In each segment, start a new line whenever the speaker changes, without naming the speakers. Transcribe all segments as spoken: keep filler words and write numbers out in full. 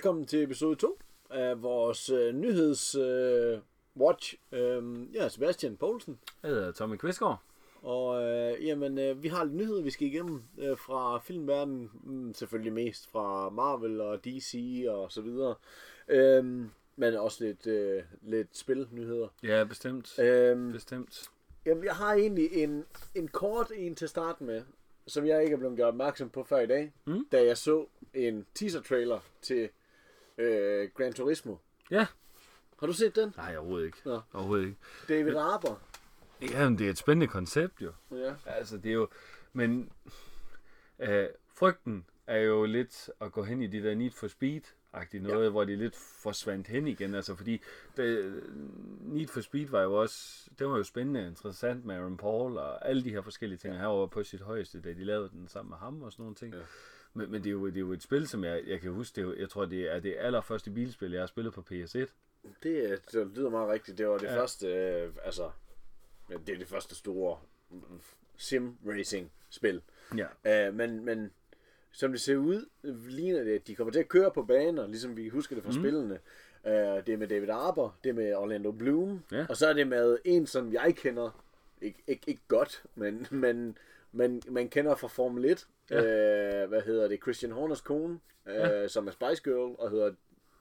velkommen til episode to af vores øh, nyheds øh, watch. Øh, jeg er Sebastian Poulsen.
Jeg hedder Tommy Kvistgaard.
Og øh, jamen, øh, vi har lidt nyheder, vi skal igennem øh, fra filmverdenen. Mm, selvfølgelig mest fra Marvel og D C og så videre. Øh, men også lidt, øh, lidt spilnyheder.
Ja, bestemt.
Øh,
bestemt.
Jamen, jeg har egentlig en, en kort en til start med, som jeg ikke er blevet gjort opmærksom på før i dag,
mm.
da jeg så en teaser-trailer til øh, Gran Turismo.
Ja.
Har du set den?
Nej, overhovedet ikke.
Nå.
Overhovedet ikke.
David Harbour.
Jamen, det er et spændende koncept, jo.
Ja.
Altså, det er jo... Men øh, frygten er jo lidt at gå hen i de der Need for Speed-agtige noget, ja. Hvor de lidt forsvandt hen igen. Altså, fordi det, Need for Speed var jo også... Det var jo spændende og interessant med Aaron Paul og alle de her forskellige ting. Ja. Han var på sit højeste, da de lavede den sammen med ham og sådan nogle ting. Ja. Men, men det, er jo, det er jo et spil, som jeg, jeg kan huske. Det er jo, jeg tror, det er det allerførste bilspil, jeg har spillet på P S et.
Det, det lyder meget rigtigt. Det var det ja. første... Øh, altså... Det er det første store sim-racing-spil.
Ja.
Uh, men, men som det ser ud, ligner det, at de kommer til at køre på baner, ligesom vi husker det fra mm. spillene. Uh, det er med David Harbour, det er med Orlando Bloom,
ja.
Og så er det med en, som jeg kender, ikke, ikke, ikke godt, men, men man, man kender fra Formel et. Ja. Uh, hvad hedder det? Christian Horners kone, uh, ja. Som er Spice Girl, og hedder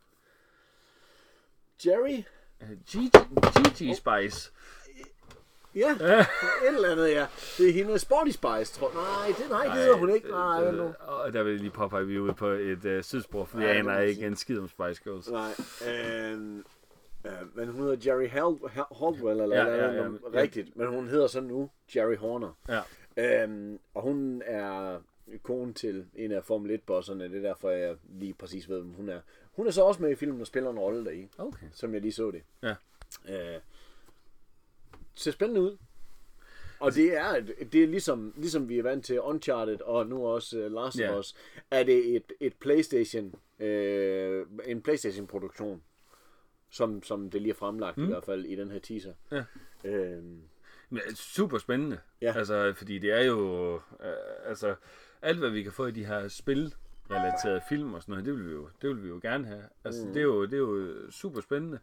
Jerry?
Uh, Gigi Spice.
Ja, et eller andet, ja. Det er hende Sporty Spice, tror jeg. Nej, det, nej, det hedder hun ikke. Nej, øh, øh,
og der vil jeg lige påpege, at vi er ude på et øh, sidespor, for jeg aner ikke en skid om Spice Girls.
Nej, øh, øh, men hun hedder Jerry Hal- Haldwell, eller
ja,
hvad
ja,
ja, ja, rigtigt. Ja. Men hun hedder så nu Jerry Horner.
Ja.
Øh, og hun er kone til en af Formel et-bosserne. Det er derfor, jeg lige præcis ved, hvem hun er. Hun er så også med i filmen og spiller en rolle deri.
Okay.
Som jeg lige så det.
Ja.
Øh, ser spændende ud. Og det er, det er ligesom, ligesom vi er vant til Uncharted og nu også uh, Last of Us, yeah. Er det et, et PlayStation, øh, en PlayStation-produktion, som, som det lige er fremlagt mm. i hvert fald i den her teaser.
Ja.
Øhm.
Men super spændende. Ja. Altså, fordi det er jo, øh, altså, alt hvad vi kan få i de her spilrelaterede film og sådan noget, det vil vi jo, det vil vi jo gerne have. Altså, mm. det er jo, det er jo super spændende.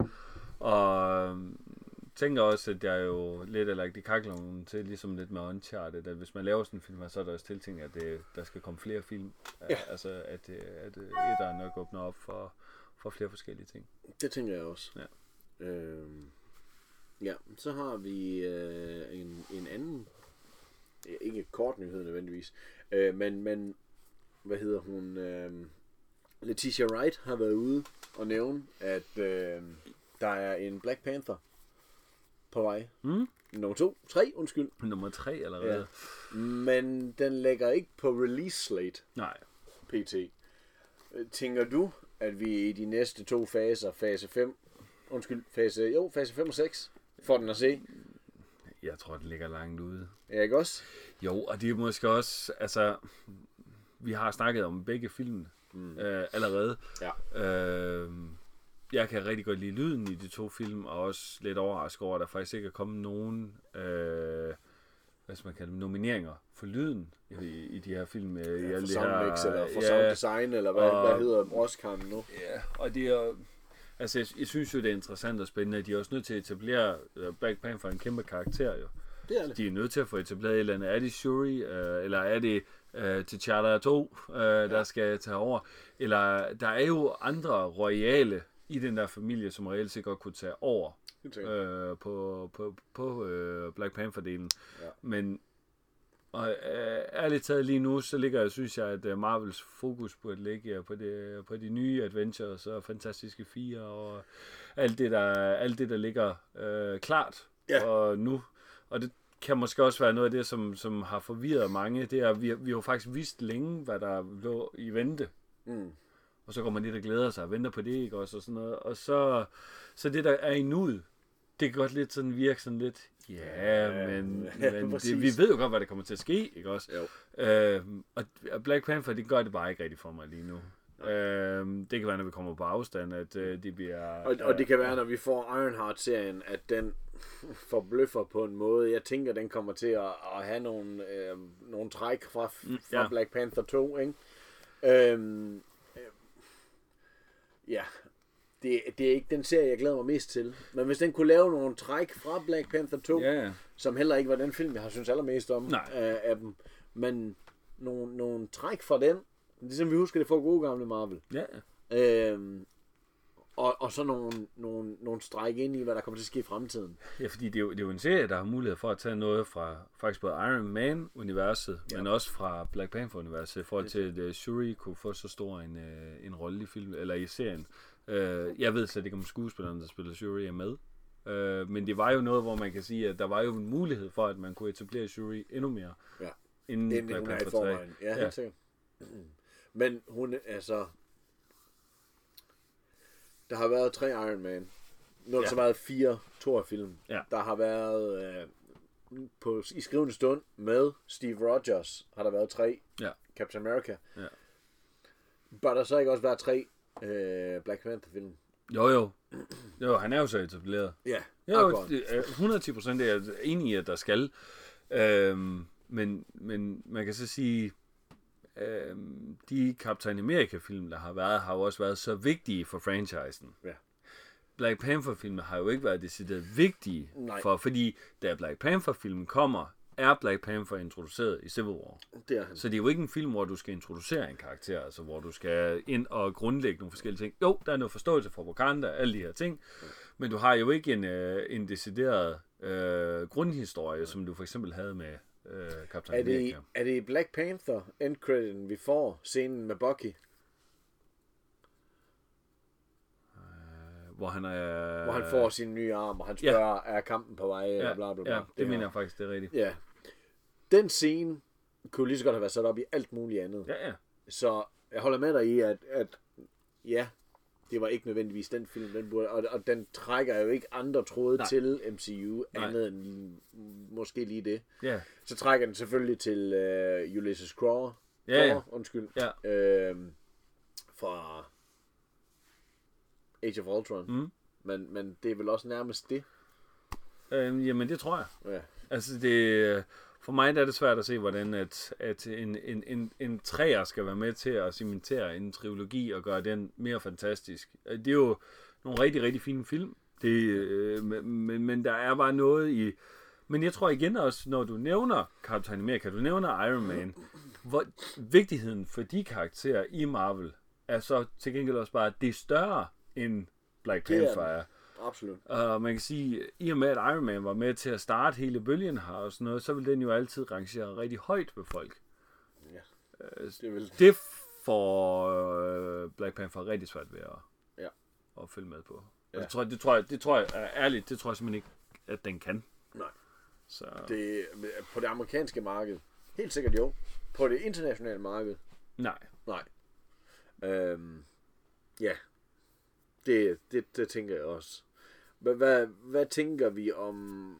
Og tænker også, at jeg er jo lidt eller ikke de kakler til, ligesom lidt med Uncharted, at hvis man laver sådan en film, så er der også tiltænkt, at det, der skal komme flere film. Ja. Altså, at, at etteren nok åbner op for, for flere forskellige ting.
Det tænker jeg også.
Ja.
Øhm, ja, så har vi øh, en, en anden, ikke kort nyhed nødvendigvis, øh, men, men, hvad hedder hun, øh, Letitia Wright har været ude og nævne, at øh, der er en Black Panther på vej.
Mm.
Nummer to. Tre, undskyld.
Nummer tre allerede.
Ja. Men den lægger ikke på release slate.
Nej.
P T. Tænker du, at vi i de næste to faser, fase fem, undskyld, fase, jo, fase fem og seks, får den at se?
Jeg tror, den ligger langt ude.
Ja, ikke også?
Jo, og det er måske også, altså, vi har snakket om begge film mm. øh, allerede.
Ja.
Øh, Jeg kan rigtig godt lide lyden i de to film, og også lidt overrasket over, at der faktisk ikke er kommet nogen øh, hvad skal man kalde dem, nomineringer for lyden i, i de her film.
Ja,
i
for soundmix, eller for
ja,
sounddesign, eller hvad,
og,
hvad hedder Oscar nu?
Ja, og det er, altså jeg, jeg synes jo, det er interessant og spændende, at de er også nødt til at etablere uh, Black Panther en kæmpe karakter jo.
Det er det.
De er nødt til at få etableret et eller andet. Er det Shuri, øh, eller er det øh, T'Challa to, øh, ja. der skal tage over? Eller der er jo andre royale i den der familie, som reelt sikkert kunne tage over øh, på, på, på øh, Black Panther-delen. Ja. Men og, øh, ærligt taget lige nu, så ligger jeg, synes jeg, at Marvels fokus på at ligge på, det, på de nye Adventures og Fantastiske Fire og alt det, der, alt det, der ligger øh, klart ja. Og nu. Og det kan måske også være noget af det, som, som har forvirret mange. Det er, at vi, vi har faktisk vidst længe, hvad der lå i vente. Mm. Og så går man lidt og glæder sig og venter på det, ikke også, og sådan noget. Og så, så det, der er i nuet, det kan godt lidt sådan virke sådan lidt, ja, men, men det, vi ved jo godt, hvad der kommer til at ske, ikke også? Øh, og Black Panther, det gør det bare ikke rigtigt for mig lige nu. Øh, det kan være, når vi kommer på afstand, at øh, det bliver...
Og, og det kan være, når vi får Ironheart-serien, at den forbløffer på en måde. Jeg tænker, den kommer til at, at have nogle, øh, nogle træk fra, fra ja. Black Panther to, ikke? Øh, ja, det, det er ikke den serie, jeg glæder mig mest til. Men hvis den kunne lave nogle træk fra Black Panther to,
Ja, ja.
som heller ikke var den film, jeg har synes allermest om
Nej.
af, af dem, men nogle, nogle træk fra den, ligesom vi husker det fra gode gamle Marvel.
Ja.
Øhm, og, og så nogle, nogle, nogle stræk ind i, hvad der kommer til at ske i fremtiden.
Ja, fordi det er, jo, det er jo en serie, der har mulighed for at tage noget fra faktisk både Iron Man-universet, ja. men også fra Black Panther-universet, i forhold til, at Shuri kunne få så stor en, øh, en rolle i film eller i serien. Øh, jeg ved slet ikke, om skuespilleren, der spiller Shuri, er med. Øh, men det var jo noget, hvor man kan sige, at der var jo en mulighed for, at man kunne etablere Shuri endnu mere.
Ja.
Inden,
Inden
Black
hun er i
Panther
forvejen. Ja, helt
ja.
sikkert. Men hun, altså... Der har været tre Iron Man. Nu har der
Ja.
så været fire Thor-film.
Ja.
Der har været... Øh, på, i skrivende stund med Steve Rogers har der været tre.
Ja.
Captain America.
Ja.
Bør der så ikke også være tre øh, Black Panther-film?
Jo, jo. Jo, han er jo så etableret.
Ja,
Jo,
akkurat.
det er hundrede og ti procent er jeg enig i, at der skal. Øhm, men, men man kan så sige, øhm, de Captain America-film, der har været, har jo også været så vigtige for franchisen.
Ja.
Black Panther-filmen har jo ikke været decideret vigtige,
Nej.
for, fordi da Black Panther-filmen kommer, er Black Panther introduceret i Civil War.
Det er han.
Så det er jo ikke en film, hvor du skal introducere en karakter, altså hvor du skal ind og grundlægge nogle forskellige ting. Jo, der er noget forståelse for Wakanda, alle de her ting, men du har jo ikke en, øh, en decideret øh, grundhistorie, som du for eksempel havde med øh, Captain
Er det,
America.
er det i Black Panther endcrediten, vi får scenen med Bucky?
Hvor han er...
Hvor han får sin nye arm, og han spørger, ja. er kampen på vej,
ja,
og bla bla bla.
ja, det, det mener jeg faktisk, det er rigtigt.
Ja. Den scene kunne lige så godt have været sat op i alt muligt andet.
Ja, ja.
Så jeg holder med dig i, at, at ja, det var ikke nødvendigvis den film, den burde, og, og den trækker jo ikke andre tråde Nej. til M C U, Nej. andet end måske lige det.
Ja.
Så trækker den selvfølgelig til uh, Ulysses Claw,
Ja, ja.
Claw, undskyld,
Ja.
øhm, fra Age of Ultron.
Mm.
Men, men det er vel også nærmest det.
Øhm, jamen, det tror jeg.
Ja.
Altså, det, for mig der er det svært at se, hvordan at, at en, en, en, en træer skal være med til at cementere en trilogi og gøre den mere fantastisk. Det er jo nogle rigtig, rigtig fine film. Det, øh, men, men der er bare noget i... Men jeg tror igen også, når du nævner Captain America, du nævner Iron Man, hvor vigtigheden for de karakterer i Marvel er så til gengæld også bare, at det er større end Black Panther er.
Absolut.
Og man kan sige, i og med at Iron Man var med til at starte hele bølgen her og sådan noget, så vil den jo altid rangere rigtig højt ved folk.
Ja, det, vil...
det får øh, Black Panther rigtig svært ved at,
ja.
at følge med på.
Ja.
Det, tror jeg, det, tror jeg, det tror jeg, ærligt, det tror jeg simpelthen ikke, at den kan.
Nej.
Så...
Det, på det amerikanske marked, helt sikkert jo. På det internationale marked,
Nej.
Nej. Øhm, ja, det, det, det tænker jeg også. Hvad, hvad, hvad tænker vi om...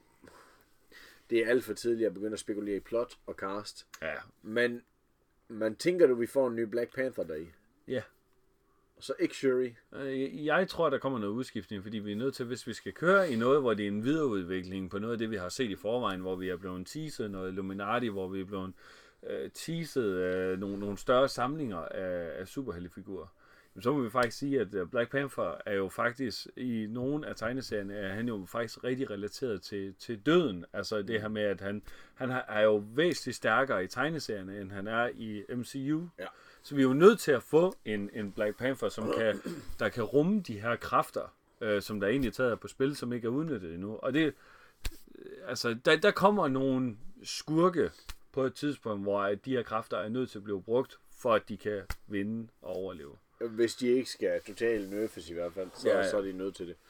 Det er alt for tidligt at begynde at spekulere i plot og cast.
Ja.
Men man tænker du, vi får en ny Black Panther deri?
Ja.
Så ikke Shuri?
Jeg tror, der kommer noget udskiftning, fordi vi er nødt til, hvis vi skal køre i noget, hvor det er en videreudvikling på noget af det, vi har set i forvejen, hvor vi er blevet teaset noget Illuminati, hvor vi er blevet øh, teaset øh, nogle, nogle større samlinger af, af superheltefigurer. Så må vi faktisk sige, at Black Panther er jo faktisk, i nogle af tegneserierne, er han jo faktisk rigtig relateret til, til døden. Altså det her med, at han, han er jo væsentligt stærkere i tegneserierne, end han er i M C U.
Ja.
Så vi er jo nødt til at få en, en Black Panther, som kan, der kan rumme de her kræfter, øh, som der egentlig er taget på spil, som ikke er udnyttet endnu. Og det, altså, der, der kommer nogle skurke på et tidspunkt, hvor de her kræfter er nødt til at blive brugt, for at de kan vinde og overleve.
Hvis de ikke skal totalt nerfes i hvert fald, så,
ja, ja.
så er de nødt til det.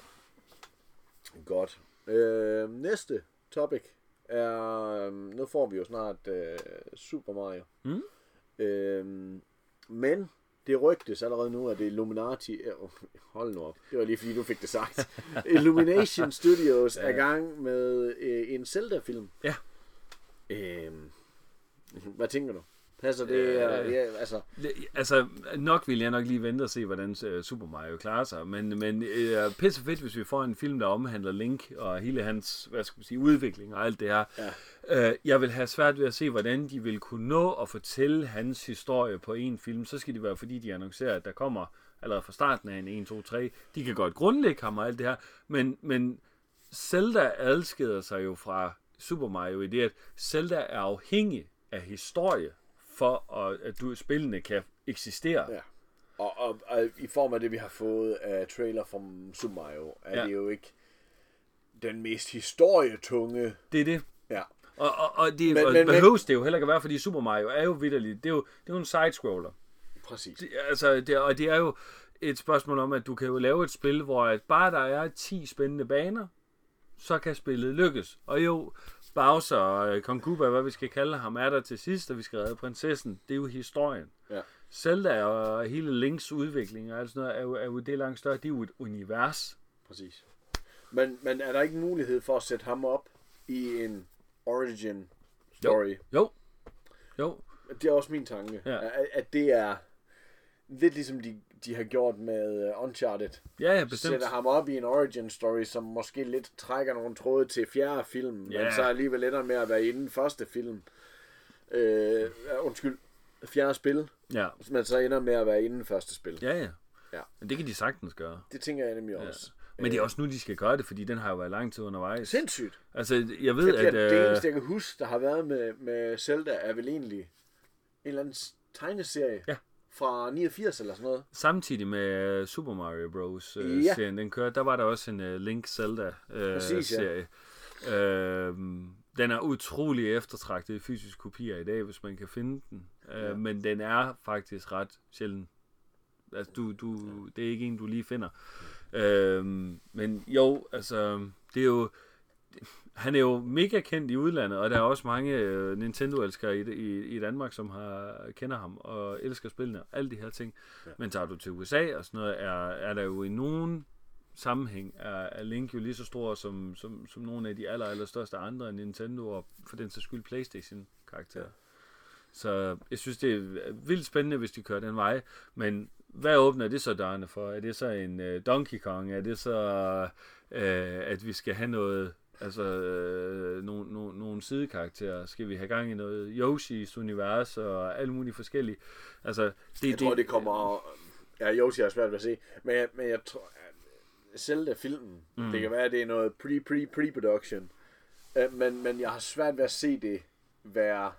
Godt. Øh, næste topic er... Nu får vi jo snart øh, Super Mario.
Mm?
Øh, men det rygtes allerede nu, at det Illuminati... Øh, hold nu op. Det var lige fordi, du fik det sagt. Illumination Studios ja. er i gang med øh, en Zelda-film.
Ja.
Øh, hvad tænker du? Passer det? Øh, ja, altså.
altså, nok vil jeg nok lige vente og se, hvordan uh, Super Mario klarer sig. Men, men uh, pisse fedt, hvis vi får en film, der omhandler Link og hele hans, hvad skal man sige, udvikling og alt det her. Ja. Uh, jeg vil have svært ved at se, hvordan de vil kunne nå at fortælle hans historie på en film. Så skal det være, fordi de annoncerer, at der kommer allerede fra starten af en en, to, tre. De kan godt grundlægge ham og alt det her, men, men Zelda adskiller sig jo fra Super Mario i det, at Zelda er afhængig af historie, for at, at du, spillene kan eksistere.
Ja. Og, og, og i form af det, vi har fået af trailer fra Super Mario, er ja. det jo ikke den mest historietunge.
Det er det.
Ja.
Og, og, og det
men,
og
men,
behøves det jo heller ikke at være, fordi Super Mario er jo vitterligt. Det er jo, det er jo en side-scroller.
Præcis.
Det, altså, det, og det er jo et spørgsmål om, at du kan jo lave et spil, hvor at bare der er ti spændende baner, så kan spillet lykkes. Og jo, Bowser og Kong Koopa, hvad vi skal kalde ham, er der til sidst, og vi skal redde prinsessen. Det er jo historien.
Ja.
Zelda og hele Links udvikling og alt sådan noget, er jo, er jo det langt større. Det er jo et univers.
Præcis. Men, men er der ikke mulighed for at sætte ham op i en origin story?
Jo. Jo. jo.
Det er også min tanke.
Ja.
At, at det er lidt ligesom de, de har gjort med Uncharted.
Ja, ja, bestemt.
Sætter ham op i en origin story, som måske lidt trækker nogle tråde til fjerde film,
ja.
men så alligevel ender med at være i den første film. Øh, undskyld, fjerde spil.
Ja.
Men så ender med at være i den første spil.
Ja, ja.
Ja.
Men det kan de sagtens gøre.
Det tænker jeg nemlig
ja.
også.
Men det er også nu, de skal gøre det, fordi den har jo været lang tid undervejs.
Sindssygt.
Altså, jeg ved,
det,
at...
Det, det
øh...
eneste, jeg kan huske, der har været med, med Zelda, er vel egentlig en eller anden tegneserie
ja.
fra niogfirs eller sådan noget.
Samtidig med Super Mario Bros. Øh,
ja.
serien, den kørte, der var der også en uh, Link Zelda øh,
Præcis,
serie. Ja. Øh, den er utrolig eftertragtet i fysisk kopier i dag, hvis man kan finde den. Øh, ja. Men den er faktisk ret sjælden. Altså, du, du, ja. det er ikke en, du lige finder. Øhm, men jo, altså, det er jo, han er jo mega kendt i udlandet, og der er også mange øh, Nintendo-elskere i, i, i Danmark, som har, kender ham og elsker spillene, alle de her ting. Ja. Men tager du til U S A og sådan noget, er, er der jo i nogen sammenhæng, er, er Link jo lige så stor som, som, som nogle af de aller, aller største andre Nintendo, og for den sags skyld PlayStation-karakterer. Ja. Så jeg synes, det er vildt spændende, hvis de kører den vej, men hvad åbner det så dørene for? Er det så en uh, Donkey Kong? Er det så, uh, at vi skal have noget, altså uh, nogle, nogle, nogle sidekarakterer? Skal vi have gang i noget Yoshis univers og alle mulige forskellige? Altså, det,
jeg tror, det, det kommer... Ja, Yoshi er svært ved at se, men jeg, men jeg tror, at Zelda-filmen, mm. det kan være, at det er noget pre-pre-pre-production, uh, men, men jeg har svært ved at se det være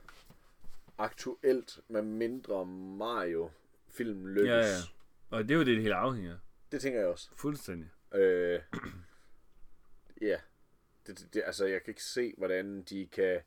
aktuelt, med mindre Mario film lykkes.
Ja, ja. Og det er jo det, det hele afhænger.
Det tænker jeg også.
Fuldstændig.
Øh, ja. Det, det, altså, jeg kan ikke se, hvordan de kan...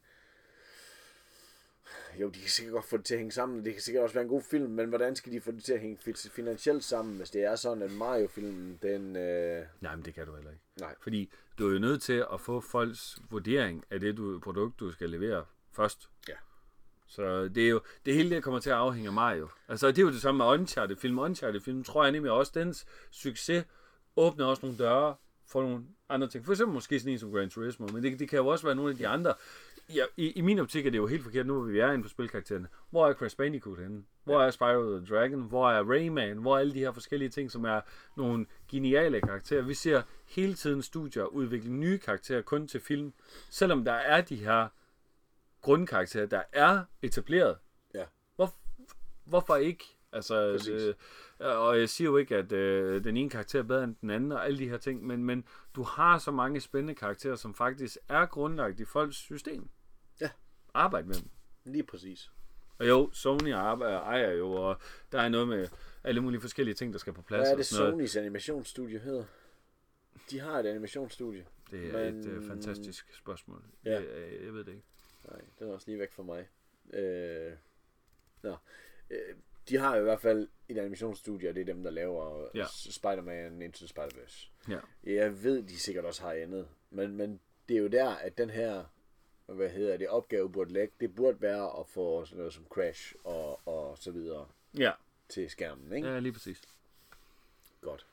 Jo, de kan sikkert godt få det til at hænge sammen. Det kan sikkert også være en god film, men hvordan skal de få det til at hænge finansielt sammen, hvis det er sådan, at Mario-filmen, den... Øh...
Nej, men det kan du heller ikke.
Nej.
Fordi du er jo nødt til at få folks vurdering af det du, produkt, du skal levere først.
Ja.
Så det er jo, det hele det kommer til at afhænge af Mario. Altså det er jo det samme med Uncharted-film. Uncharted-film tror jeg nemlig også, dens succes åbner også nogle døre for nogle andre ting. For eksempel måske sådan en som Gran Turismo, men det, det kan jo også være nogle af de andre. Ja, i, I min optik er det jo helt forkert, nu hvor vi er inde på spilkaraktererne. Hvor er Crash Bandicoot henne? Hvor er Spyro the Dragon? Hvor er Rayman? Hvor er alle de her forskellige ting, som er nogle geniale karakterer? Vi ser hele tiden studier udvikle nye karakterer kun til film, selvom der er de her grundkarakterer, der er etableret.
Ja.
Hvor, hvorfor ikke? Altså, øh, og jeg siger jo ikke, at øh, den ene karakter er bedre end den anden, og alle de her ting, men, men du har så mange spændende karakterer, som faktisk er grundlagt i folks system.
Ja.
Arbejde med dem.
Lige præcis.
Og jo, Sony arbejder, ejer jo, og der er noget med alle mulige forskellige ting, der skal på plads.
Hvad er det
Sonys
noget. animationsstudie hedder? De har et animationsstudie.
Det er
men...
et uh, fantastisk spørgsmål.
Ja.
Jeg, jeg, jeg ved det ikke.
Nej, den er også lige væk fra mig. Øh... Nå. Øh... De har jo i hvert fald et animationsstudie, og det er dem, der laver
ja.
Spider-Man Into the Spider-Verse.
Ja.
Jeg ved, de sikkert også har andet. Men, men det er jo der, at den her, hvad hedder det, opgave burde lægge. Det burde være at få sådan noget som Crash og, og så videre
ja.
til skærmen, ikke?
Ja, lige præcis.
Godt.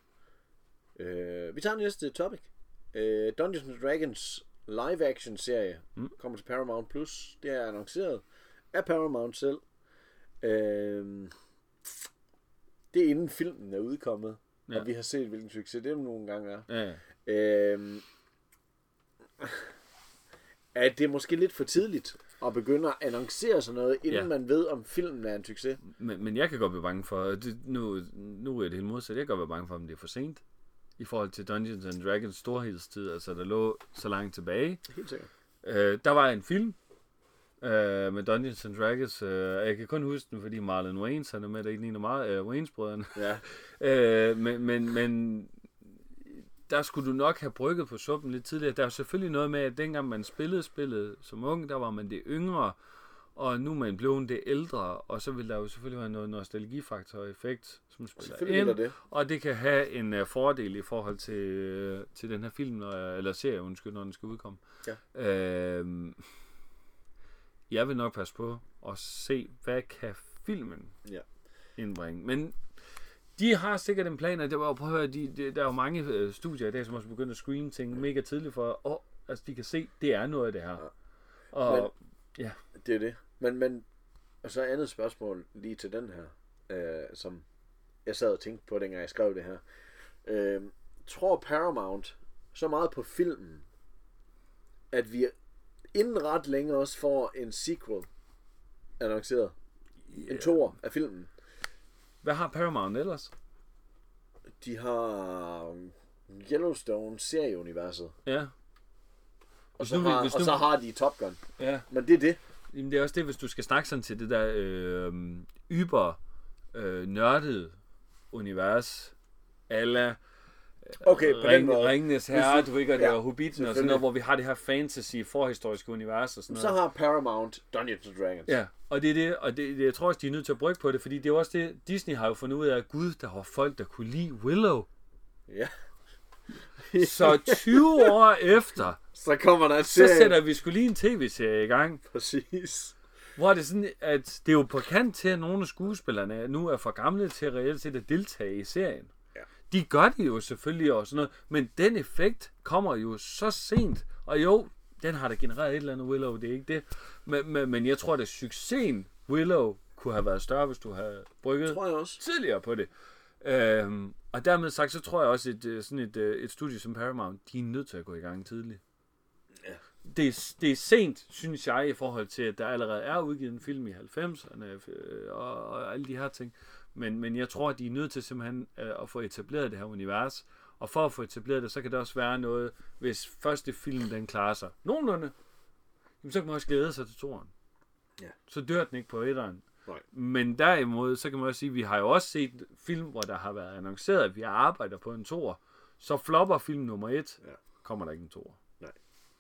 Øh, vi tager næste topic. Øh, Dungeons and Dragons live-action serie mm. kommer til Paramount Plus. Det er annonceret af Paramount selv. Øh, det er inden filmen er udkommet, ja. Og vi har set, hvilken succes det nogle gange er.
Ja, ja.
Øh, er det måske lidt for tidligt at begynde at annoncere sådan noget, inden ja. man ved, om filmen er en succes.
Men, men jeg kan godt være bange for, det, nu, nu er det helt modsat, jeg kan godt være bange for, om det er for sent, i forhold til Dungeons and Dragons storhedstid, altså der lå så langt tilbage.
Helt sikkert.
Øh, der var en film, øh, med Dungeons and Dragons, øh, jeg kan kun huske den, fordi Marlon Wayans, han er med, der ikke ligner meget, øh, Wayans-brødrene.
Ja.
øh, men, men, men der skulle du nok have brygget på suppen lidt tidligere. Der er selvfølgelig noget med, at dengang man spillede spillet som ung, der var man det yngre, og nu er man blevet det ældre, og så vil der jo selvfølgelig være noget nostalgifaktor og effekt, som spiller ind, det. Og det kan have en uh, fordel i forhold til, uh, til den her film, når, eller serie, undskyld, når den skal udkomme. Ja. Uh, jeg vil nok passe på at se, hvad kan filmen ja. indbringe. Men de har sikkert en plan, og det var jo, prøv at høre, de, de, der er jo mange øh, studier i dag, som også begynder at screene ting mega tidligt for, åh, altså de kan se, det er noget af det her. Ja. Og,
men, ja. Det er det. Men, men, og så andet spørgsmål lige til den her, øh, som jeg sad og tænkte på, dengang jeg skrev det her. Øh, tror Paramount så meget på filmen, at vi inden ret længe også får en sequel annonceret? Yeah. En toer af filmen.
Hvad har Paramount ellers?
De har Yellowstone-serieuniverset.
Ja.
Og så, nu, har, og nu... så har de Top Gun. Ja. Men det er det.
Jamen, det er også det, hvis du skal snakke sådan til det der øh, yber øh, nørdede univers, alla
okay, på
Ring,
den måde.
Ringenes Herre, du ved ikke, og det er Hobbiten og sådan noget, hvor vi har det her fantasy, forhistoriske univers og sådan noget.
Så har Paramount Dungeons and Dragons.
Ja, og det er det, og det, jeg tror også, de er nødt til at brygge på det, fordi det er også det, Disney har jo fundet ud af, at gud, der var folk, der kunne lide Willow.
Ja.
Så tyve år efter,
så kommer der
så sætter vi skulle lige en tv-serie i gang.
Præcis.
Hvor det er sådan, at det er jo på kant til, at nogle af skuespillerne nu er for gamle til reelt set at deltage i serien. Ja. De gør det jo selvfølgelig også sådan noget, men den effekt kommer jo så sent. Og jo, den har da genereret et eller andet Willow, det er ikke det. Men, men, men jeg tror, at succesen Willow kunne have været større, hvis du havde brygget
tror jeg også.
tidligere på det. Øhm, og dermed sagt, så tror jeg også, at sådan et, et studie som Paramount, de er nødt til at gå i gang tidligt.
Ja.
Det er, det er sent, synes jeg, i forhold til, at der allerede er udgivet en film i halvfemserne og, og alle de her ting. Men, men jeg tror, at de er nødt til simpelthen at få etableret det her univers. Og for at få etableret det, så kan det også være noget, hvis første film den klarer sig nogenlunde, jamen, så kan man også glæde sig til toeren.
Ja. Så
dør den ikke på etteren.
Nej.
Men derimod, så kan man også sige, at vi har jo også set film, hvor der har været annonceret, at vi arbejder på en toer. Så flopper film nummer et, ja. Kommer der ikke en toer.
Nej.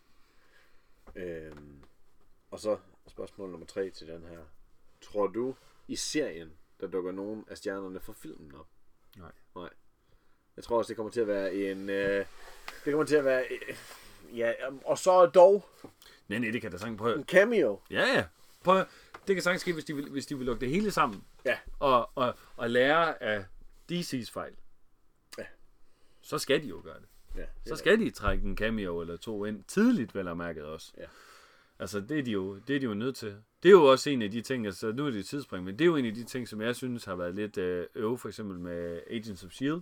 Øhm, og så spørgsmål nummer tre til den her. Tror du, i serien, der dukker nogen af stjernerne fra filmen op?
Nej.
Nej. Jeg tror også, det kommer til at være en... Øh, det kommer til at være... Øh, ja, og så dog...
Nej, nej, det kan da sagtens prøve.
En cameo.
Ja, ja. Prøv, det kan sagtens ske, hvis de vil, hvis de vil lukke det hele sammen.
Ja.
Og, og, og lære af D C's fejl.
Ja.
Så skal de jo gøre det.
Ja, det
så skal de trække en cameo eller to ind tidligt, vel og mærket også.
Ja.
Altså, det er, de jo, det er de jo nødt til. Det er jo også en af de ting, altså nu er det et tidsspring, men det er jo en af de ting, som jeg synes har været lidt øh, øve, for eksempel med Agents of Shield,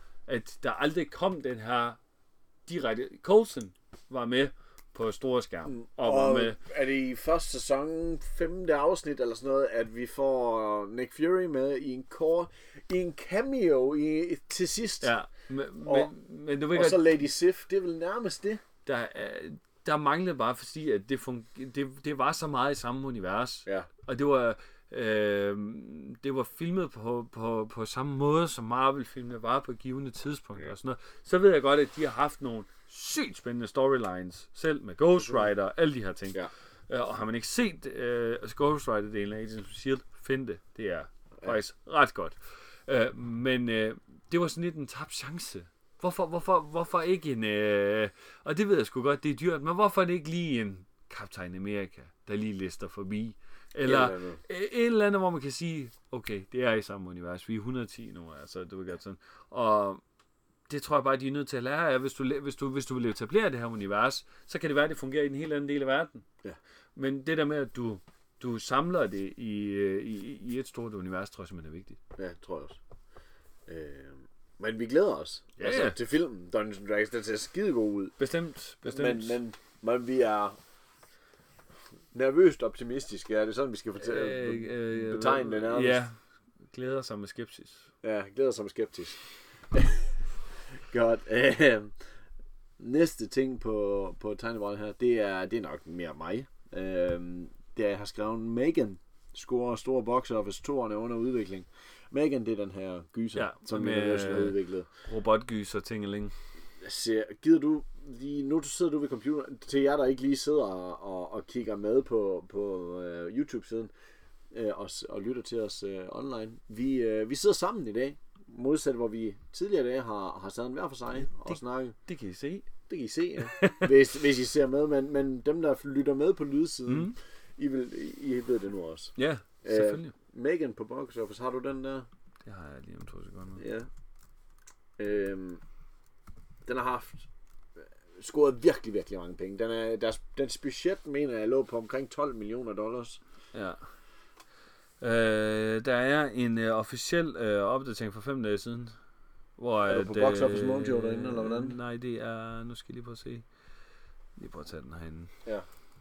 at der aldrig kom den her direkte... Coulson var med på store skærm.
Og, og med... er det i første sæson, femte afsnit eller sådan noget, at vi får Nick Fury med i en core, i en cameo i, til sidst.
Ja, men,
og,
men, men du ved
og
godt,
så Lady Sif, det er vel nærmest det.
Der, der manglede bare, fordi at det, funger, det, det var så meget i samme univers.
Ja.
Og det var... Øh, det var filmet på, på, på samme måde, som Marvel-filmene var på givende tidspunkter. Ja. Og sådan noget. Så ved jeg godt, at de har haft nogle sygt spændende storylines, selv med Ghost Rider, mm. alle de her ting.
Ja.
Uh, og har man ikke set uh, altså Ghost Rider-delen af Agents of Shield, find det. Det er ja. faktisk ret godt. Uh, men uh, det var sådan lidt en tabt chance. Hvorfor, hvorfor, hvorfor ikke en... Uh, og det ved jeg sgu godt, det er dyrt, men hvorfor ikke lige en Captain America, der lige lister forbi? Eller et eller andet, hvor man kan sige, okay, det er i samme univers. Vi er et hundrede og ti nu, altså, du ved godt sådan. Og det tror jeg bare, de er nødt til at lære af. Hvis du, hvis du, hvis du vil etablere det her univers, så kan det være, at det fungerer i en helt anden del af verden.
Ja.
Men det der med, at du, du samler det i, i, i et stort univers, tror jeg simpelthen er vigtigt.
Ja, det tror jeg også. Øh, men vi glæder os
ja,
altså,
ja.
til filmen Dungeons and Dragons. Den ser skide god ud.
Bestemt, bestemt.
Men, men, men vi er... nervøst optimistisk, ja, det er sådan, vi skal fortælle,
Øh, øh,
betegne det nærmest.
Ja, glæder sig med skepsis.
Ja, glæder sig med skeptisk. Godt. Øh, næste ting på, på tegnebrættet her, det er, det er nok mere mig. Øh, det er, jeg har skrevet Megan, scorer store box office, toerne under udvikling. Megan, det er den her gyser,
Ja,
som
med,
Universal har udviklet.
Robotgyser, tingeling.
Så gider du lige, nu sidder du ved computeren, til jer, der ikke lige sidder og, og, og kigger med på, på uh, YouTube-siden uh, og, og lytter til os uh, online. Vi, uh, vi sidder sammen i dag, modsat hvor vi tidligere dage har, har sad en hver for sig det, og snakket.
Det kan I se.
Det kan I se, ja. hvis, hvis I ser med, men, men dem, der lytter med på lydsiden, mm. I, vil, I ved det nu også.
Ja, selvfølgelig.
Uh, Megan på box office, har du den der?
Det har jeg lige om to sekunder.
Ja. Øhm, den har haft scoret virkelig, virkelig mange penge. Den er, deres, dens budget, mener jeg, lå på omkring tolv millioner dollars.
Ja. Øh, der er en øh, officiel øh, opdatering for fem dage siden. Hvor
er du på Box Office Mojo derinde, eller hvordan?
Nej, det er... Nu skal jeg lige prøve at se. Lige prøve at tage den herinde.
Ja.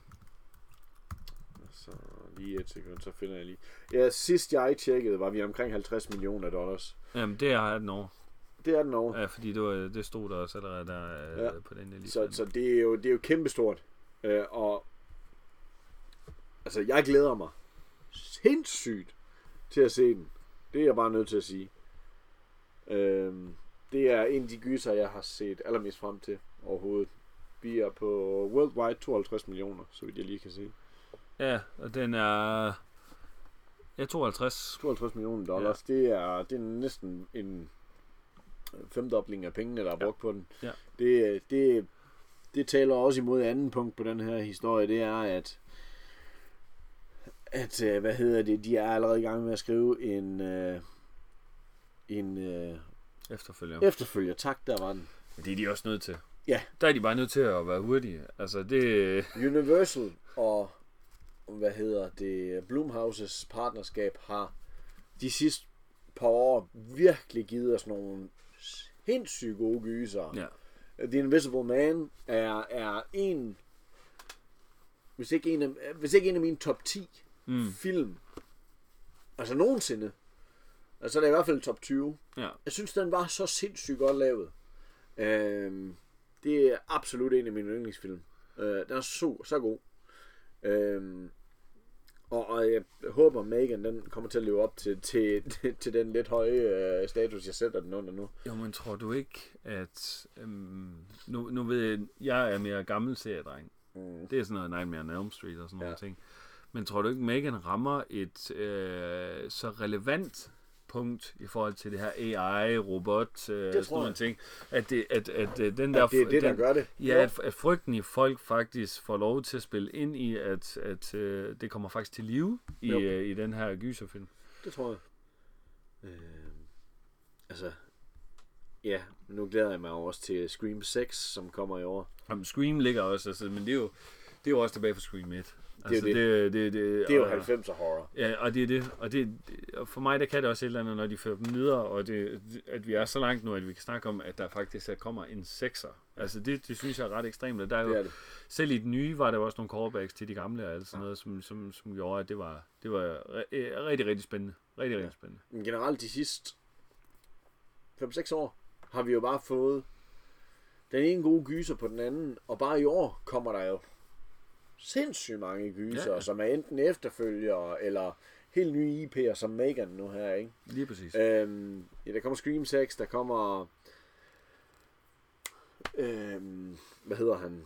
Så lige et sekund, så finder jeg lige. Ja, sidst jeg tjekkede, var vi omkring halvtreds millioner dollars.
Jamen, det er den over.
Det er den over.
Ja, fordi det, var, det stod der også allerede der ja. På den, jeg lige
så, så det er jo, det er jo kæmpestort. Øh, og altså, jeg glæder mig sindssygt til at se den. Det er jeg bare nødt til at sige. Øh, det er en af de gyser, jeg har set allermest frem til overhovedet. Vi er på worldwide tooghalvtreds millioner, så vidt jeg lige kan se.
Ja, og den er... Ja, tooghalvtreds.
tooghalvtreds millioner dollars. Ja. Det, er, det er næsten en femdobling af pengene, der er brugt ja. På den.
Ja.
Det, det, det taler også imod anden punkt på den her historie, det er, at at, hvad hedder det, de er allerede i gang med at skrive en uh, en uh,
efterfølger.
Efterfølger, tak, der var den.
Det er de også nødt til.
Ja.
Der er de bare nødt til at være hurtige. Altså, det...
Universal og hvad hedder det, Blumhouses partnerskab har de sidste par år virkelig givet os nogle sindssygt gode gyser.
Ja.
The Invisible Man er, er en, hvis ikke en af, hvis ikke en af mine top ti mm. film, altså nogensinde, altså det er i hvert fald top tyve.
Ja. Jeg
synes, den var så sindssygt godt lavet. Øhm, det er absolut en af mine yndlingsfilm. Øh, den er så, så god. Øhm, og, og jeg håber, Megan den kommer til at leve op til, til, til, til den lidt høje øh, status, jeg sætter den under nu.
Jo, men tror du ikke, at... Øhm, nu, nu ved jeg, jeg er mere gammel seriedreng. Mm. Det er sådan noget Nightmare on Elm Street og sådan ja. Nogle ting. Men tror du ikke, Megan rammer et øh, så relevant punkt i forhold til det her A I, robot, øh, sådan nogle ting, at, det, at, at, at den der...
At det er det,
den,
der gør det.
Ja, at, at frygten i folk faktisk får lov til at spille ind i, at, at øh, det kommer faktisk til live i, øh, i den her gyserfilm.
Det tror jeg. Øh, altså, ja, nu glæder jeg mig også til Scream seks, som kommer i år.
Jamen, Scream ligger også, altså, men det er jo, det er jo også tilbage fra Scream et.
Altså, det, det, det, det, det er jo halvfemser horror.
Ja, og det er det. Og det, og for mig, der kan det også et eller andet, når de fører dem videre, og det, at vi er så langt nu, at vi kan snakke om, at der faktisk kommer en sekser. Altså, det, det synes jeg er ret ekstremt. Der er jo, det er det. Selv i den nye var der også nogle callbacks til de gamle og alt sådan noget, som, som, som gjorde, at det var, det var rigtig, rigtig spændende. Rigtig, rigtig spændende.
Men generelt de sidste fem seks år har vi jo bare fået den ene gode gyser på den anden, og bare i år kommer der jo sindssygt mange gyser, ja. Som er enten efterfølgere, eller helt nye I P'er, som Megan nu her, ikke?
Lige præcis.
Øhm, ja, der kommer Scream seks, der kommer øhm, hvad hedder han?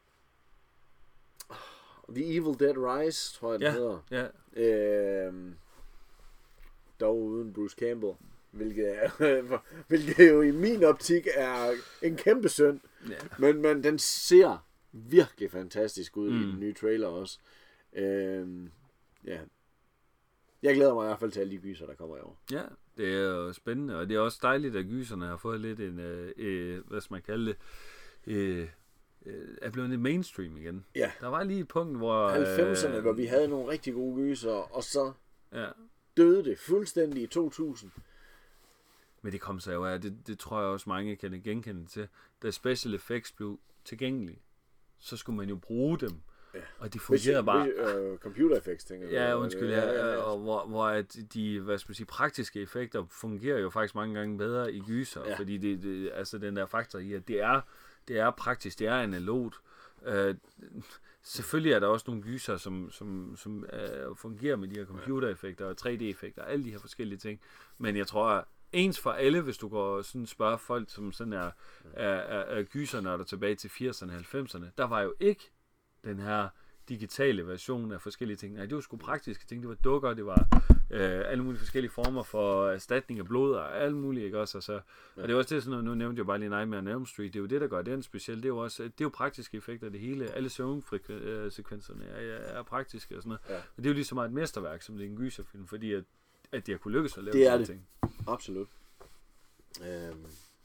The Evil Dead Rise, tror jeg, den
ja.
hedder.
Ja.
Øhm, dog uden Bruce Campbell, hvilket, er, hvilket jo i min optik er en kæmpe synd. Ja. Men, men den ser virkelig fantastisk ud mm. i den nye trailer også. Øhm, ja. Jeg glæder mig i hvert fald til alle de gyser, der kommer i år.
Ja, det er jo spændende, og det er også dejligt, at gyserne har fået lidt en, øh, øh, hvad skal man kalde det, øh, øh, er blevet lidt mainstream igen.
Ja.
Der var lige et punkt, hvor...
halvfemserne, øh, hvor vi havde nogle rigtig gode gyser, og så
ja.
Døde det fuldstændig i to tusind.
Men det kom sig jo af, det, det tror jeg også mange kan genkende til. Da special effects blev tilgængelige, så skulle man jo bruge dem.
Ja.
Og det fungerede bare...
Uh, computer effects, tænker jeg.
Ja, undskyld, ja, ja, ja. Og hvor, hvor at de, hvad skal man sige, praktiske effekter fungerer jo faktisk mange gange bedre i gyser, ja. Fordi det, det, altså den der faktor i, at det er, det er praktisk, det er analogt. Uh, selvfølgelig er der også nogle gyser, som, som, som uh, fungerer med de her computereffekter og tre D-effekter, alle de her forskellige ting. Men jeg tror, at ens for alle, hvis du går sådan spørger folk, som sådan er, er, er, er gysernørder tilbage til firserne og halvfemserne, der var jo ikke den her digitale version af forskellige ting. Nej, det var sgu praktiske ting. Det var dukker, det var øh, alle mulige forskellige former for erstatning af blod og alt muligt, ikke også? Altså, ja. Og det er også det, sådan, nu nævnte jeg bare lige Nightmare on Elm Street, det er jo det, der gør den speciel. Det er jo også, det er jo praktiske effekter, det hele. Alle søvnsekvenserne er, er praktiske og sådan noget. Ja. Og det er jo lige så meget et mesterværk, som det er en gyserfilm, fordi at, at de har kunne lykkes at lave
det er
de
det.
ting.
Absolut. Øhm.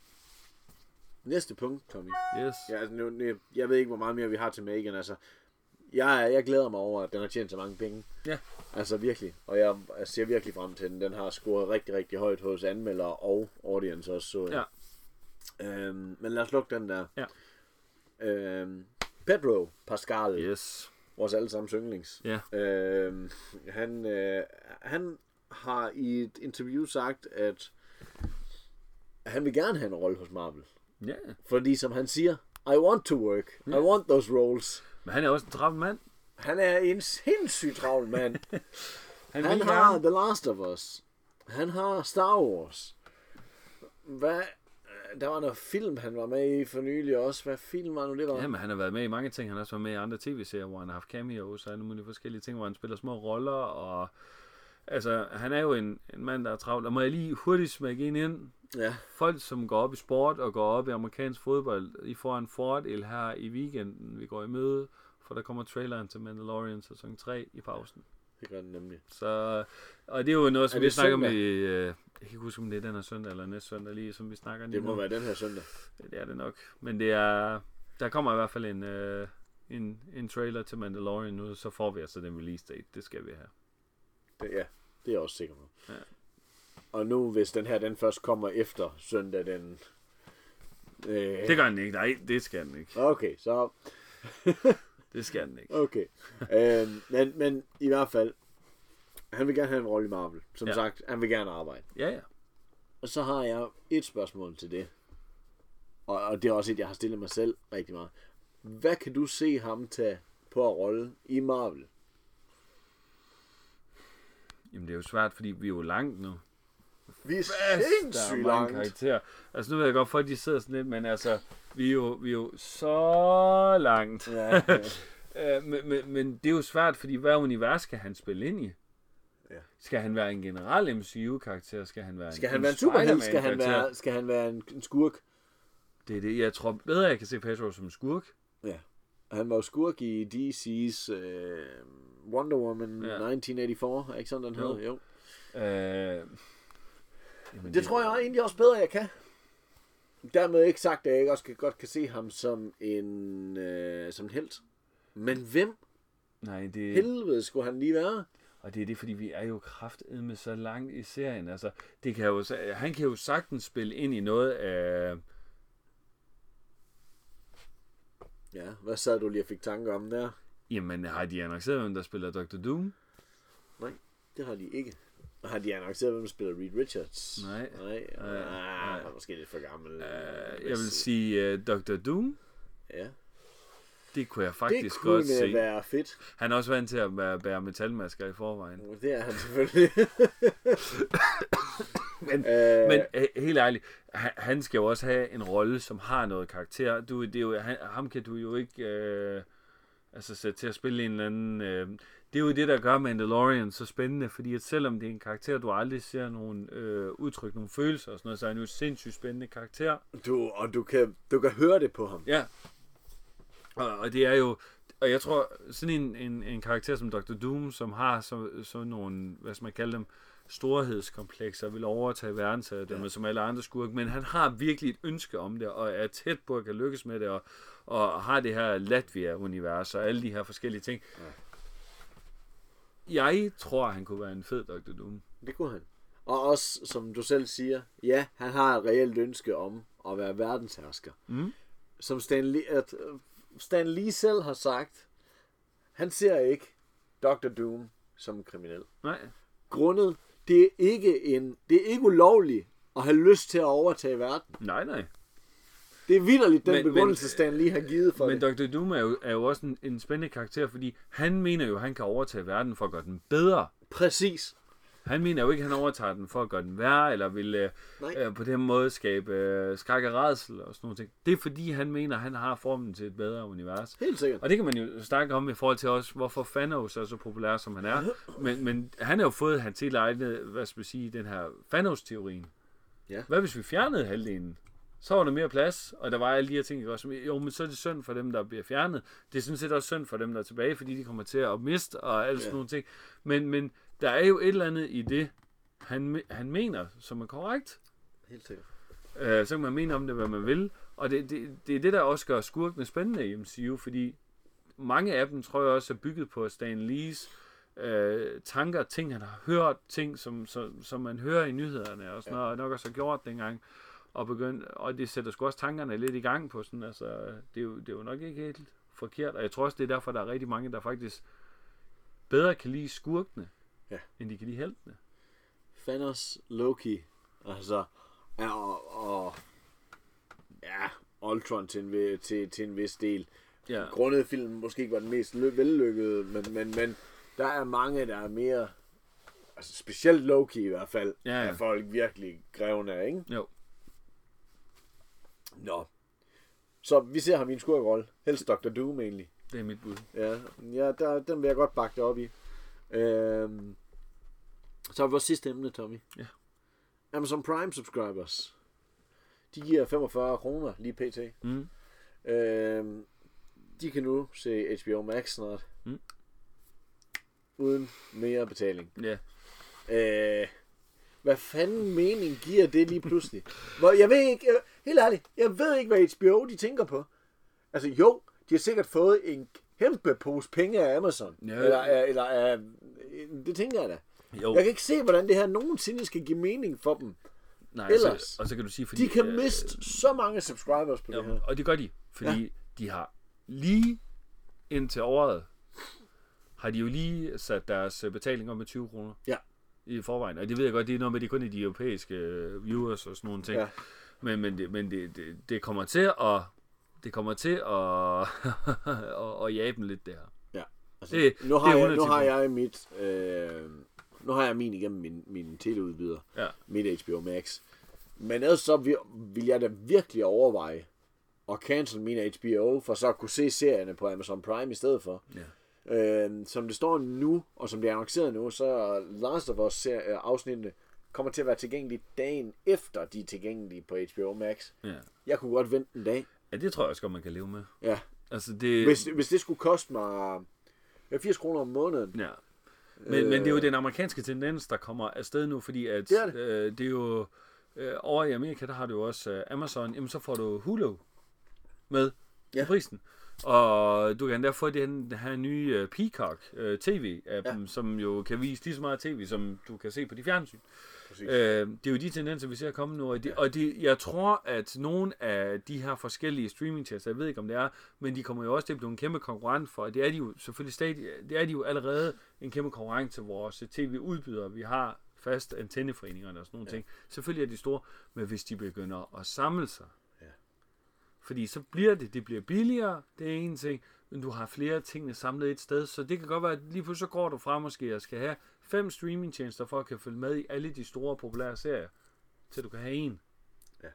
Næste punkt, Tommy.
Yes.
Ja, altså, nu, nu, jeg ved ikke, hvor meget mere vi har til Megan. Altså, jeg, jeg glæder mig over, at den har tjent så mange penge.
Ja.
Altså virkelig. Og jeg, jeg ser virkelig frem til den. Den har scoret rigtig, rigtig højt hos anmeldere og audience også. Så,
ja.
Øhm, men lad os lukke den der.
Ja.
Øhm, Pedro Pascal.
Yes.
Vores allesammens yndlings.
Ja.
Øhm, han, øh, han har i et interview sagt, at han vil gerne have en rolle hos Marvel.
Ja. Yeah.
Fordi som han siger, I want to work. Yeah. I want those roles.
Men han er også en travl mand.
Han er en sindssygt travl mand. han han har gerne. The Last of Us. Han har Star Wars. Hvad? Der var noget film, han var med i for nylig også. Hvad film var nu det var?
Jamen, han har været med i mange ting. Han har også været med i andre tv-serier, hvor han har haft cameos og alle mulige forskellige ting, hvor han spiller små roller. Og altså, han er jo en, en mand, der er travlt. Og må jeg lige hurtigt smække en ind?
Ja.
Folk, som går op i sport og går op i amerikansk fodbold, I får en fordel her i weekenden. Vi går i møde, for der kommer traileren til Mandalorian sæson tre i pausen.
Det gør den nemlig.
Så, og det er jo noget, som vi snakker om i... Øh, jeg kan ikke huske, om det er den her søndag eller næste søndag, lige som vi snakker lige
Det må
nu.
være den her søndag.
Ja, det er det nok. Men det er... Der kommer i hvert fald en, øh, en, en trailer til Mandalorian nu, så får vi altså den release date. Det skal vi have.
Det, ja, det er jeg også sikker på.
Ja.
Og nu, hvis den her, den først kommer efter søndag, den...
Øh... Det gør den ikke. Nej, det skal den ikke.
Okay, så...
det skal den ikke.
Okay. øhm, men, men i hvert fald, han vil gerne have en rolle i Marvel. Som ja. sagt, han vil gerne arbejde.
Ja, ja.
Og så har jeg et spørgsmål til det. Og, og det er også et, jeg har stillet mig selv rigtig meget. Hvad kan du se ham tage på at rolle i Marvel?
Jamen, det er jo svært, fordi vi er jo langt nu.
Vi er sindssygt langt.
Karakterer. Altså, nu ved jeg godt, folk de sidder sådan lidt, men altså, vi er jo, vi er jo så langt. Ja, ja. men, men, men det er jo svært, fordi hvad univers skal han spille ind i? Ja. Skal han være en general M C U-karakter? Skal han være
skal
en,
han være en superhelt? Skal han være, skal han være en, en skurk?
Det er det. Jeg tror bedre, jeg kan se Pedro som skurk.
Ja. Han var jo skurk i D C's øh, Wonder Woman ja. nitten otteoghalvfjerds. Er ikke sådan, den hedder? Jo. Øh, det, det tror jeg egentlig også bedre, jeg kan. Dermed ikke sagt, at jeg ikke også kan, godt kan se ham som en, øh, som en helt. Men hvem?
Nej, det...
Helvede skulle han lige være?
Og det er det, fordi vi er jo kraftedme så langt i serien. Altså, det kan jo, han kan jo sagtens spille ind i noget af...
Ja, hvad sad du lige og fik tanker om der?
Jamen, har de annonceret, hvem der spiller doktor Doom?
Nej, det har de ikke. Har de annonceret, hvem der spiller Reed Richards?
Nej.
Nej,
uh,
ah, uh, måske lidt for gammel. Uh,
jeg vil sige uh, doktor Doom.
Ja. Det
kunne jeg faktisk godt se.
Det kunne være fedt.
Han er også vant til at bære metalmasker i forvejen.
Det er han selvfølgelig.
men øh... men helt ærligt, han skal jo også have en rolle, som har noget karakter. Du, det er jo, han, ham kan du jo ikke øh, altså sætte til at spille en eller anden... Øh, det er jo det, der gør Mandalorian så spændende, fordi at selvom det er en karakter, du aldrig ser nogen øh, udtryk, nogle følelser og sådan noget, så er han jo en sindssygt spændende karakter.
Du, og du kan, du kan høre det på ham.
Ja. Og, og det er jo... Og jeg tror, sådan en, en, en karakter som doktor Doom, som har så, sådan nogle, hvad skal man kalde dem, storhedskomplekser, vil overtage verdensherredømmet ja. Som alle andre skurke, men han har virkelig et ønske om det, og er tæt på at kan lykkes med det, og, og har det her Latvia-univers, og alle de her forskellige ting. Ja. Jeg tror, han kunne være en fed doktor Doom.
Det kunne han. Og også, som du selv siger, ja, han har et reelt ønske om at være verdenshersker. Mm. Som Stan Lee, at Stan Lee selv har sagt, han ser ikke doktor Doom som kriminel.
Nej.
Grundet, det er ikke en, det er ikke ulovligt at have lyst til at overtage verden.
Nej, nej.
Det er vitterligt den
men,
begrundelse, Stan Lee har givet for
men
det.
Men doktor Doom er jo, er jo også en, en spændende karakter, fordi han mener jo, at han kan overtage verden for at gøre den bedre.
Præcis.
Han mener jo ikke, at han overtager den for at gøre den værre, eller vil øh, øh, på den måde skabe øh, skræk og rædsel og sådan noget ting. Det er fordi, han mener, at han har formen til et bedre univers.
Helt sikkert.
Og det kan man jo snakke om i forhold til også, hvorfor Thanos er så populær, som han er. Men, men han har jo fået hans helt egne, hvad skal man sige, den her Thanos-teorien.
Ja.
Hvad hvis vi fjernede halvdelen? Så var der mere plads, og der var alle de her ting, også, jo, men så er det synd for dem, der bliver fjernet. Det er sådan set også synd for dem, der er tilbage, fordi de kommer til at miste og alle sådan ja. nogle ting. Men, men der er jo et eller andet i det, han, han mener, som er korrekt.
Helt sikkert.
Øh, så kan man mene om det, hvad man vil. Og det, det, det er det, der også gør skurkene spændende i M C U, fordi mange af dem, tror jeg også, er bygget på Stan Lees øh, tanker, ting, han har hørt, ting, som, som, som man hører i nyhederne, og sådan ja. noget, nok også har gjort dengang. Og, begynd, og det sætter sgu også tankerne lidt i gang på sådan, altså, det er jo, det er jo nok ikke helt forkert, og jeg tror også, det er derfor, der er rigtig mange, der faktisk bedre kan lide skurkene, ja. end de kan lide heltene.
Thanos, Loki, altså, ja, og, og ja, Ultron til en, til, til en vis del. Ja. Grundet filmen måske ikke var den mest vellykkede, men, men, men der er mange, der er mere, altså specielt Loki i hvert fald, ja, ja. er folk virkelig grevne af, ikke?
Jo.
Nå. Så vi ser ham i en skurkerolle. Helst doktor Doom egentlig.
Det er mit bud.
Ja, ja der, den vil jeg godt bakke op i. Øhm, så er vores sidste emne, Tommy.
Ja.
Amazon Prime subscribers. De giver femogfyrre kroner lige pt.
Mm.
Øhm, de kan nu se H B O Max snart.
Mm.
Uden mere betaling.
Ja.
Øh, hvad fanden mening giver det lige pludselig? Hvor, jeg ved ikke, jeg, helt ærligt, jeg ved ikke, hvad H B O de tænker på. Altså jo, de har sikkert fået en kæmpe pose penge af Amazon. Ja. Eller, eller af, det tænker jeg da. Jo. Jeg kan ikke se, hvordan det her nogensinde skal give mening for dem.
Nej, ellers. Så, og så kan du sige, fordi
de kan miste øh, så mange subscribers på
jo,
det her.
Og det gør de, fordi ja. de har lige indtil året, har de jo lige sat deres betaling om med tyve kroner.
Ja.
I forvejen. Og det ved jeg godt, det er noget med, det kun er de europæiske viewers og sådan nogle ting. Ja. Men, men, det, men det, det, det kommer til at det kommer til at, at, at jage dem lidt der.
Ja. Altså, det, nu har det jeg, nu har jeg mit øh, nu har jeg min igennem min, min teleudbyder. Ja. Mit H B O Max. Men ellers så vil, vil jeg da virkelig overveje at cancel min H B O, for så at kunne se serierne på Amazon Prime i stedet for. Ja. Øh, som det står nu, og som det er annonceret nu, så Last of Us afsnittene kommer til at være tilgængelige dagen efter, de er tilgængelige på H B O Max. Ja. Jeg kunne godt vente en dag.
Ja, det tror jeg også godt, man kan leve med.
Ja.
Altså det...
hvis, hvis det skulle koste mig firs kroner om måneden.
Ja. Men, øh... men det er jo den amerikanske tendens, der kommer afsted nu, fordi at
det er, det.
Øh, det er jo øh, over i Amerika, der har du jo også øh, Amazon, jamen så får du Hulu med ja. i prisen. Og du kan der få den her nye uh, Peacock uh, T V-appen, ja. som jo kan vise lige så meget tv, som du kan se på de fjernsyn. Uh, det er jo de tendenser, vi ser komme nu. Og, det, ja. og det, jeg tror, at nogle af de her forskellige streamingtjenester, jeg ved ikke, om det er, men de kommer jo også til at blive en kæmpe konkurrent for, og det er de jo selvfølgelig stadig, det er de jo allerede en kæmpe konkurrent til vores tv-udbydere. Vi har fast antenneforeningerne og sådan nogle ja. ting. Selvfølgelig er de store, men hvis de begynder at samle sig, fordi så bliver det, det bliver billigere, det er en ting, men du har flere tingene samlet et sted, så det kan godt være, at lige pludselig så går du frem måske og skal have fem streamingtjenester for at kan følge med i alle de store populære serier, til du kan have en. Ja.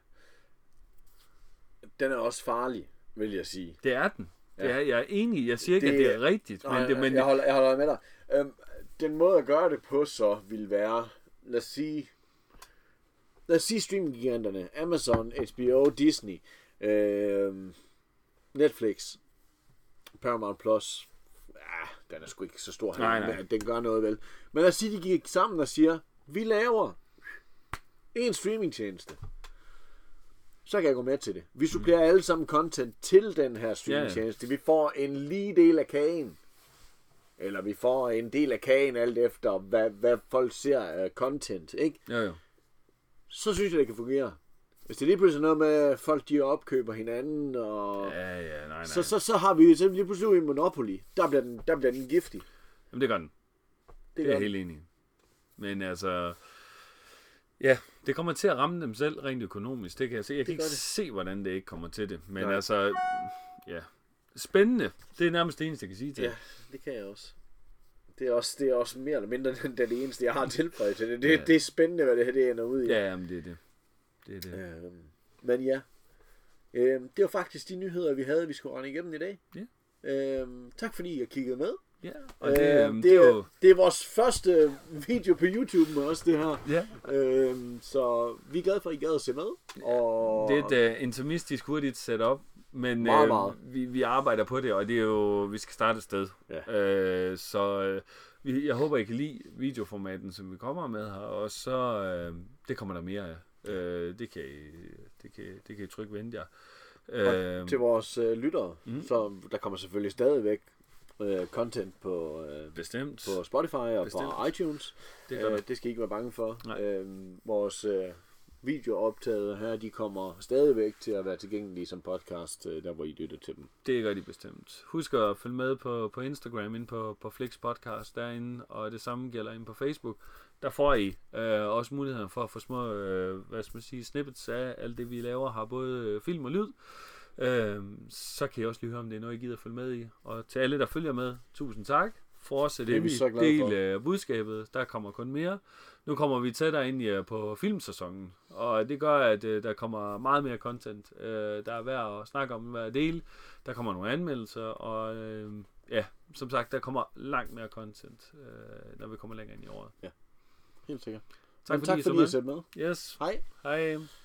Den er også farlig, vil jeg sige.
Det er den. Ja. Det er, jeg er enig, jeg siger ikke, det, at det er rigtigt.
Nej,
men det, men
jeg, holder, jeg holder med dig. Øhm, den måde at gøre det på så vil være, lad os sige, lad os sige streaminggiganterne, Amazon, H B O, Disney, Øh, Netflix, Paramount Plus, ja, den er sgu ikke så stor, nej, nej. Den gør noget vel. Men lad os sige, de gik sammen og siger, vi laver en streamingtjeneste. Så kan jeg gå med til det. Vi supplerer mm. alle sammen content til den her streamingtjeneste. Ja, ja. Vi får en lige del af kagen. Eller vi får en del af kagen alt efter, hvad, hvad folk ser af content, ikke?
Ja, ja.
Så synes jeg, det kan fungere. Hvis det lige pludselig noget med, at folk de opkøber hinanden, og
Ja, ja, nej, nej.
Så, så, så har vi så lige pludselig en Monopoly. Der bliver den, der bliver den giftig.
Jamen, det gør den.
Det,
det er jeg helt enig i. Men altså... Ja, det kommer til at ramme dem selv rent økonomisk. Det kan jeg se. Jeg kan ikke det. se, hvordan det ikke kommer til det. Men nej. altså... Ja... Spændende. Det er nærmest det eneste, jeg kan sige til.
Ja, det kan jeg også. Det er også, det er også mere eller mindre den, det eneste, jeg har tilføjet til det. Det, ja. det er spændende, hvad det her det ender ud i.
Ja, men det er det. Det er det.
Øhm, men ja. Øhm, det var faktisk de nyheder, vi havde, vi skulle rende igennem i dag. Ja. Øhm, tak fordi I kiggede med.
Ja, og det, øhm,
det,
det, er jo...
det er vores første video på YouTube med os, det her.
Ja.
Øhm, så vi er glade for, at I gad at se med. Og...
Det er et uh, intimistisk hurtigt setup. Men
meget,
øh,
meget.
Vi, vi arbejder på det, og det er jo, vi skal starte et sted. Ja. Øh, så øh, vi, jeg håber, I kan lide videoformaten, som vi kommer med her, og så øh, det kommer der mere af. Øh, det, kan I, det, kan, det kan I trygt vente jer.
Øh, til vores øh, lyttere, mm. så der kommer selvfølgelig stadigvæk øh, content på, øh,
Bestemt.
på Spotify og
Bestemt.
på iTunes. Det, øh, det skal I ikke være bange for. Øh, vores... Øh, videooptaget her, de kommer stadigvæk til at være tilgængelige som podcast, der hvor I lytter til dem.
Det gør de bestemt. Husk at følge med på, på Instagram, inde på, på Flix Podcast derinde, og det samme gælder inde på Facebook. Der får I øh, også muligheden for at få små, øh, hvad skal man sige, snippets af alt det, vi laver, har både film og lyd. Øh, så kan I også lige høre, om det er noget, I gider at følge med i. Og til alle, der følger med, tusind tak. Fortsæt det, vi del af budskabet. Der kommer kun mere. Nu kommer vi tættere ind i, på filmsæsonen, og det gør, at uh, der kommer meget mere content. Uh, der er værd at snakke om hver del. Der kommer nogle anmeldelser, og uh, ja, som sagt, der kommer langt mere content, uh, når vi kommer længere ind i året.
Ja, helt sikkert.
Tak,
Men, fordi, tak fordi I så med.
med. Yes.
Hej.
Hej.